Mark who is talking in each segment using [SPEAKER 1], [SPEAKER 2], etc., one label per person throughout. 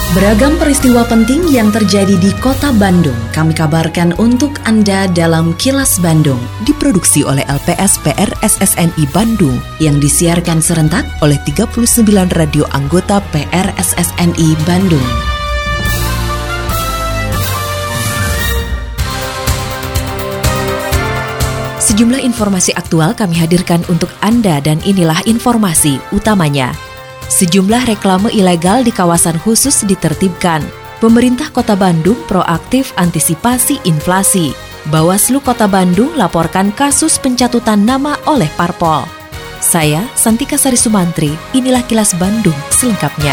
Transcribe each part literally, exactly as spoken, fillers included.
[SPEAKER 1] Beragam peristiwa penting yang terjadi di Kota Bandung kami kabarkan untuk Anda dalam Kilas Bandung.
[SPEAKER 2] Diproduksi oleh L P S P R S S N I Bandung
[SPEAKER 1] yang disiarkan serentak oleh tiga puluh sembilan radio anggota P R S S N I Bandung. Sejumlah informasi aktual kami hadirkan untuk Anda dan inilah informasi utamanya. Sejumlah reklame ilegal di kawasan khusus ditertibkan. Pemerintah Kota Bandung proaktif antisipasi inflasi. Bawaslu Kota Bandung laporkan kasus pencatutan nama oleh parpol. Saya, Santika Sari Sumantri, inilah Kilas Bandung selengkapnya.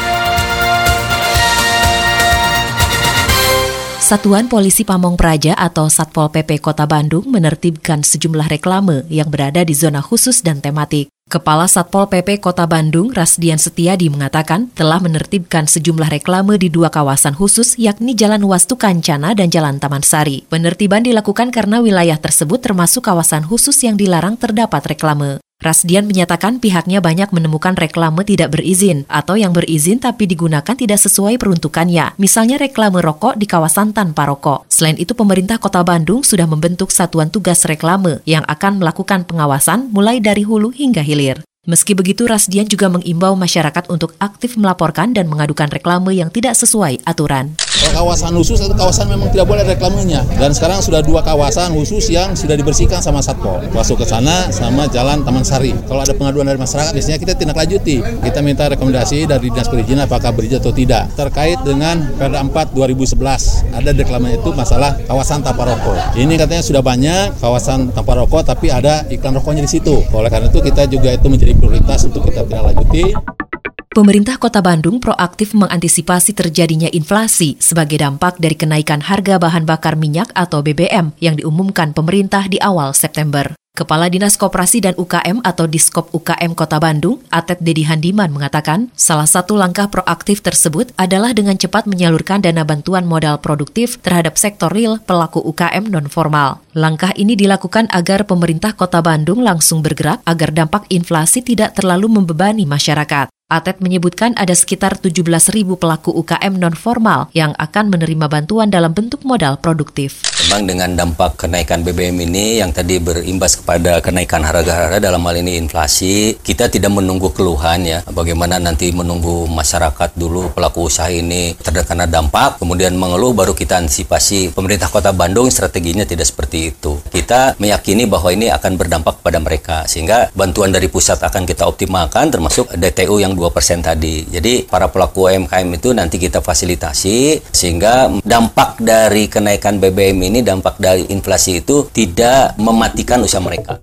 [SPEAKER 1] Satuan Polisi Pamong Praja atau Satpol P P Kota Bandung menertibkan sejumlah reklame yang berada di zona khusus dan tematik. Kepala Satpol P P Kota Bandung, Rasdian Setiadi, mengatakan telah menertibkan sejumlah reklame di dua kawasan khusus, yakni Jalan Wastu Kancana dan Jalan Taman Sari. Penertiban dilakukan karena wilayah tersebut termasuk kawasan khusus yang dilarang terdapat reklame. Rasdian menyatakan pihaknya banyak menemukan reklame tidak berizin atau yang berizin tapi digunakan tidak sesuai peruntukannya, misalnya reklame rokok di kawasan tanpa rokok. Selain itu, pemerintah Kota Bandung sudah membentuk satuan tugas reklame yang akan melakukan pengawasan mulai dari hulu hingga hilir. Meski begitu, Rasdian juga mengimbau masyarakat untuk aktif melaporkan dan mengadukan reklame yang tidak sesuai aturan.
[SPEAKER 3] Kawasan khusus atau kawasan memang tidak boleh reklamenya. Dan sekarang sudah dua kawasan khusus yang sudah dibersihkan sama Satpol. Masuk ke sana sama Jalan Taman Sari. Kalau ada pengaduan dari masyarakat, biasanya kita tindak lanjuti. Kita minta rekomendasi dari Dinas Perizinan apakah berizin atau tidak. Terkait dengan Perda empat dua ribu sebelas, ada reklame itu masalah kawasan tanpa rokok. Ini katanya sudah banyak kawasan tanpa rokok, tapi ada iklan rokoknya di situ. Oleh karena itu kita juga itu menjadi prioritas untuk kita tindak lanjuti.
[SPEAKER 1] Pemerintah Kota Bandung proaktif mengantisipasi terjadinya inflasi sebagai dampak dari kenaikan harga bahan bakar minyak atau B B M yang diumumkan pemerintah di awal September. Kepala Dinas Koperasi dan U K M atau Diskop U K M Kota Bandung, Atet Dedi Handiman, mengatakan salah satu langkah proaktif tersebut adalah dengan cepat menyalurkan dana bantuan modal produktif terhadap sektor real pelaku U K M non-formal. Langkah ini dilakukan agar pemerintah Kota Bandung langsung bergerak agar dampak inflasi tidak terlalu membebani masyarakat. Atet menyebutkan ada sekitar tujuh belas ribu pelaku U K M non-formal yang akan menerima bantuan dalam bentuk modal produktif.
[SPEAKER 4] Memang dengan dampak kenaikan B B M ini yang tadi berimbas kepada kenaikan harga-harga dalam hal ini inflasi, kita tidak menunggu keluhan ya, bagaimana nanti menunggu masyarakat dulu pelaku usaha ini terkena dampak, kemudian mengeluh baru kita antisipasi. Pemerintah Kota Bandung strateginya tidak seperti itu. Kita meyakini bahwa ini akan berdampak pada mereka, sehingga bantuan dari pusat akan kita optimalkan termasuk D T U yang dua persen tadi. Jadi para pelaku U M K M itu nanti kita fasilitasi sehingga dampak dari kenaikan B B M ini, dampak dari inflasi itu tidak mematikan usaha mereka.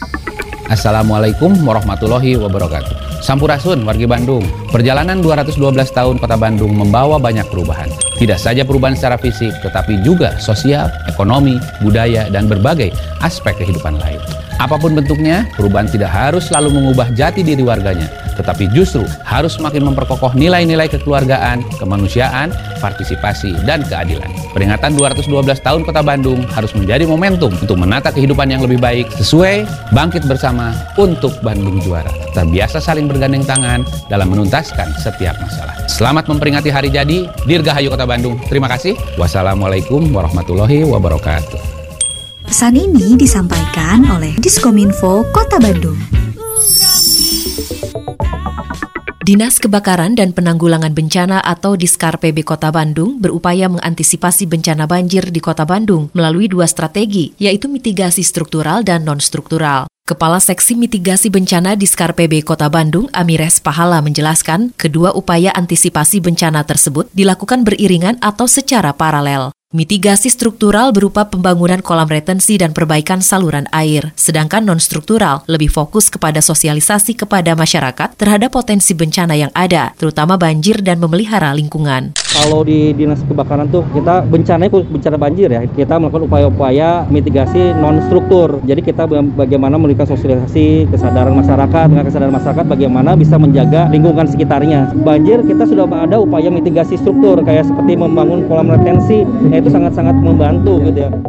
[SPEAKER 5] Assalamualaikum warahmatullahi wabarakatuh. Sampurasun wargi Bandung. Perjalanan dua ratus dua belas tahun Kota Bandung membawa banyak perubahan. Tidak saja perubahan secara fisik, tetapi juga sosial, ekonomi, budaya, dan berbagai aspek kehidupan lain. Apapun bentuknya, perubahan tidak harus selalu mengubah jati diri warganya, tetapi justru harus semakin memperkokoh nilai-nilai kekeluargaan, kemanusiaan, partisipasi, dan keadilan. Peringatan dua ratus dua belas tahun Kota Bandung harus menjadi momentum untuk menata kehidupan yang lebih baik, sesuai, bangkit bersama untuk Bandung juara. Terbiasa saling bergandeng tangan dalam menuntaskan setiap masalah. Selamat memperingati hari jadi Dirgahayu Kota Bandung. Terima kasih. Wassalamualaikum warahmatullahi wabarakatuh.
[SPEAKER 6] Pesan ini disampaikan oleh Diskominfo Kota Bandung.
[SPEAKER 1] Dinas Kebakaran dan Penanggulangan Bencana atau Diskar P B Kota Bandung berupaya mengantisipasi bencana banjir di Kota Bandung melalui dua strategi, yaitu mitigasi struktural dan non-struktural. Kepala Seksi Mitigasi Bencana Diskar P B Kota Bandung, Amires Pahala, menjelaskan kedua upaya antisipasi bencana tersebut dilakukan beriringan atau secara paralel. Mitigasi struktural berupa pembangunan kolam retensi dan perbaikan saluran air, sedangkan non-struktural lebih fokus kepada sosialisasi kepada masyarakat terhadap potensi bencana yang ada, terutama banjir dan memelihara lingkungan.
[SPEAKER 7] Kalau di Dinas Kebakaran tuh kita bencananya bencana banjir ya, kita melakukan upaya-upaya mitigasi non-struktur. Jadi kita bagaimana memberikan sosialisasi kesadaran masyarakat, dengan kesadaran masyarakat bagaimana bisa menjaga lingkungan sekitarnya. Banjir kita sudah ada upaya mitigasi struktur kayak seperti membangun kolam retensi, itu sangat-sangat membantu gitu ya.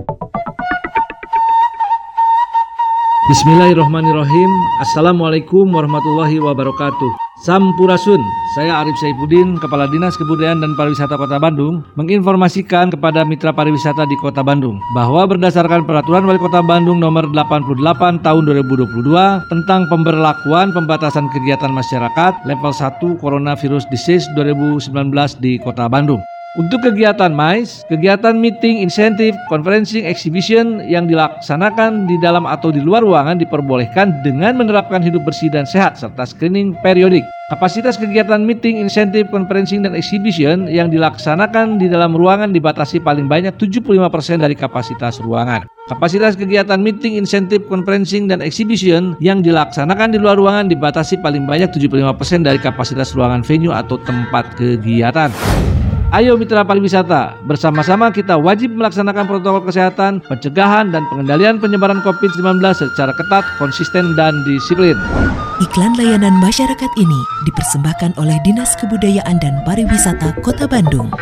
[SPEAKER 8] Bismillahirrahmanirrahim. Assalamualaikum warahmatullahi wabarakatuh. Sampurasun, saya Arif Saifuddin, Kepala Dinas Kebudayaan dan Pariwisata Kota Bandung, menginformasikan kepada mitra pariwisata di Kota Bandung bahwa berdasarkan Peraturan Wali Kota Bandung Nomor delapan puluh delapan Tahun dua ribu dua puluh dua tentang pemberlakuan pembatasan kegiatan masyarakat level satu Coronavirus Disease dua ribu sembilan belas di Kota Bandung. Untuk kegiatan M I C E, kegiatan meeting, insentif, conferencing, exhibition yang dilaksanakan di dalam atau di luar ruangan diperbolehkan dengan menerapkan hidup bersih dan sehat serta screening periodik. Kapasitas kegiatan meeting, insentif, conferencing, dan exhibition yang dilaksanakan di dalam ruangan dibatasi paling banyak tujuh puluh lima persen dari kapasitas ruangan. Kapasitas kegiatan meeting, insentif, conferencing, dan exhibition yang dilaksanakan di luar ruangan dibatasi paling banyak tujuh puluh lima persen dari kapasitas ruangan venue atau tempat kegiatan. Ayo mitra pariwisata, bersama-sama kita wajib melaksanakan protokol kesehatan, pencegahan dan pengendalian penyebaran covid sembilan belas secara ketat, konsisten, dan disiplin.
[SPEAKER 2] Iklan layanan masyarakat ini dipersembahkan oleh Dinas Kebudayaan dan Pariwisata Kota Bandung.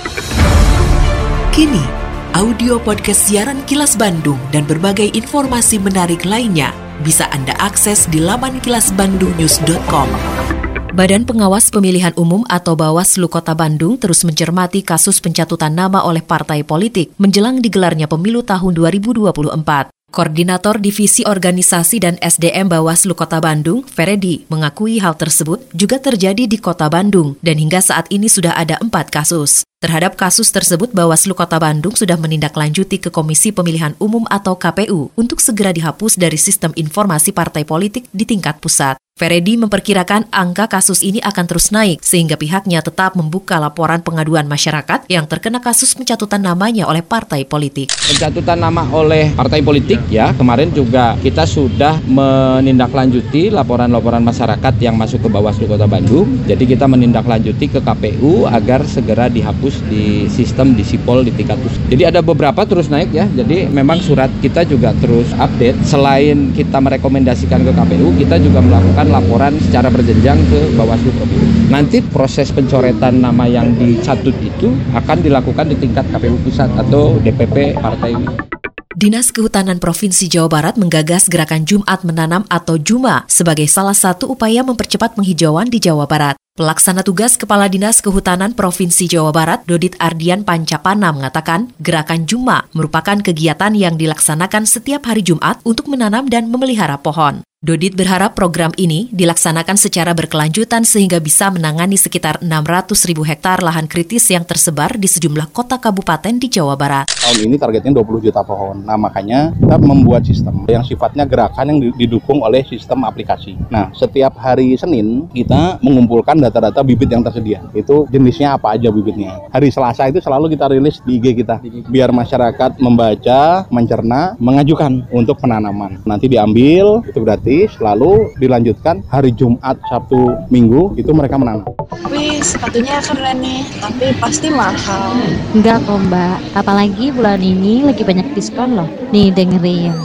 [SPEAKER 2] Kini, audio podcast siaran Kilas Bandung dan berbagai informasi menarik lainnya bisa Anda akses di laman kilas bandung news dot com.
[SPEAKER 1] Badan Pengawas Pemilihan Umum atau Bawaslu Kota Bandung terus mencermati kasus pencatutan nama oleh partai politik menjelang digelarnya pemilu tahun dua ribu dua puluh empat. Koordinator Divisi Organisasi dan S D M Bawaslu Kota Bandung, Feredi, mengakui hal tersebut juga terjadi di Kota Bandung dan hingga saat ini sudah ada empat kasus. Terhadap kasus tersebut, Bawaslu Kota Bandung sudah menindaklanjuti ke Komisi Pemilihan Umum atau K P U untuk segera dihapus dari sistem informasi partai politik di tingkat pusat. Feredi memperkirakan angka kasus ini akan terus naik sehingga pihaknya tetap membuka laporan pengaduan masyarakat yang terkena kasus pencatutan namanya oleh partai politik.
[SPEAKER 5] Pencatutan nama oleh partai politik ya, kemarin juga kita sudah menindaklanjuti laporan-laporan masyarakat yang masuk ke Bawaslu Kota Bandung. Jadi kita menindaklanjuti ke K P U agar segera dihapus di sistem di Sipol di tingkat pusat. Jadi ada beberapa terus naik ya. Jadi memang surat kita juga terus update. Selain kita merekomendasikan ke K P U, kita juga melakukan laporan secara berjenjang ke Bawaslu Provinsi. Nanti proses pencoretan nama yang dicatut itu akan dilakukan di tingkat K P U pusat atau D P P partai.
[SPEAKER 1] Dinas Kehutanan Provinsi Jawa Barat menggagas gerakan Jumat Menanam atau Juma sebagai salah satu upaya mempercepat penghijauan di Jawa Barat. Pelaksana tugas Kepala Dinas Kehutanan Provinsi Jawa Barat, Dodit Ardian Pancapana, mengatakan gerakan Juma merupakan kegiatan yang dilaksanakan setiap hari Jumat untuk menanam dan memelihara pohon. Dodit berharap program ini dilaksanakan secara berkelanjutan sehingga bisa menangani sekitar enam ratus ribu hektar lahan kritis yang tersebar di sejumlah kota kabupaten di Jawa Barat.
[SPEAKER 9] Tahun ini targetnya dua puluh juta pohon. Nah, makanya kita membuat sistem yang sifatnya gerakan yang didukung oleh sistem aplikasi. Nah, setiap hari Senin kita mengumpulkan data-data bibit yang tersedia. Itu jenisnya apa aja bibitnya. Hari Selasa itu selalu kita rilis di I G kita. Biar masyarakat membaca, mencerna, mengajukan untuk penanaman. Nanti diambil, itu gratis. Lalu dilanjutkan hari Jumat, Sabtu, Minggu itu mereka menanam.
[SPEAKER 10] Wih, sepatunya keren nih, tapi pasti mahal.
[SPEAKER 11] Enggak kok mbak, apalagi bulan ini lagi banyak diskon loh. Nih dengerin.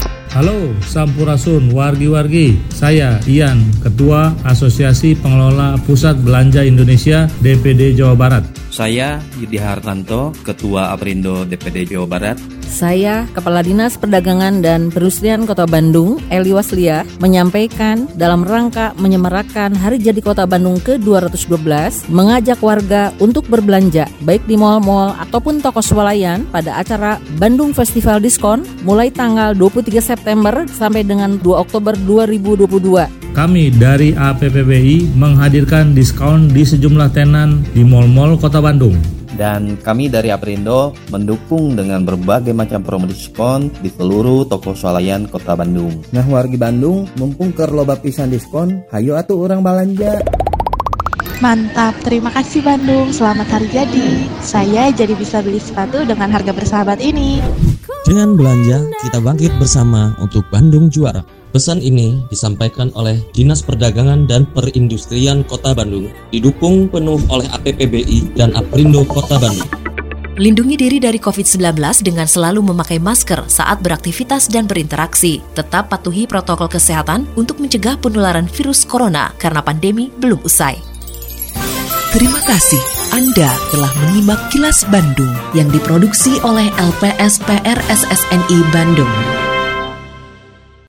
[SPEAKER 8] Halo Sampurasun, wargi-wargi. Saya Ian, Ketua Asosiasi Pengelola Pusat Belanja Indonesia D P D Jawa Barat.
[SPEAKER 12] Saya Yudi Hartanto, Ketua Aprindo D P D Jawa Barat.
[SPEAKER 13] Saya, Kepala Dinas Perdagangan dan Perindustrian Kota Bandung, Eli Waslia, menyampaikan dalam rangka menyemarakan Hari Jadi Kota Bandung ke dua ratus dua belas, mengajak warga untuk berbelanja, baik di mal-mal ataupun toko swalayan pada acara Bandung Festival Diskon mulai tanggal dua puluh tiga September sampai dengan dua Oktober dua ribu dua puluh dua.
[SPEAKER 8] Kami dari A P P B I menghadirkan diskon di sejumlah tenan di mal-mal Kota Bandung.
[SPEAKER 12] Dan kami dari Aprindo mendukung dengan berbagai macam promo diskon di seluruh toko swalayan Kota Bandung.
[SPEAKER 14] Nah wargi Bandung, mumpung keur loba pisan diskon, hayo atuh urang balanja.
[SPEAKER 10] Mantap, terima kasih Bandung, selamat hari jadi. Saya jadi bisa beli sepatu dengan harga bersahabat ini.
[SPEAKER 15] Dengan belanja, kita bangkit bersama untuk Bandung juara. Pesan ini disampaikan oleh Dinas Perdagangan dan Perindustrian Kota Bandung, didukung penuh oleh A P P B I dan Aprindo Kota Bandung.
[SPEAKER 1] Lindungi diri dari covid sembilan belas dengan selalu memakai masker saat beraktivitas dan berinteraksi. Tetap patuhi protokol kesehatan untuk mencegah penularan virus corona karena pandemi belum usai.
[SPEAKER 2] Terima kasih Anda telah menyimak Kilas Bandung yang diproduksi oleh L P S P R S S N I Bandung.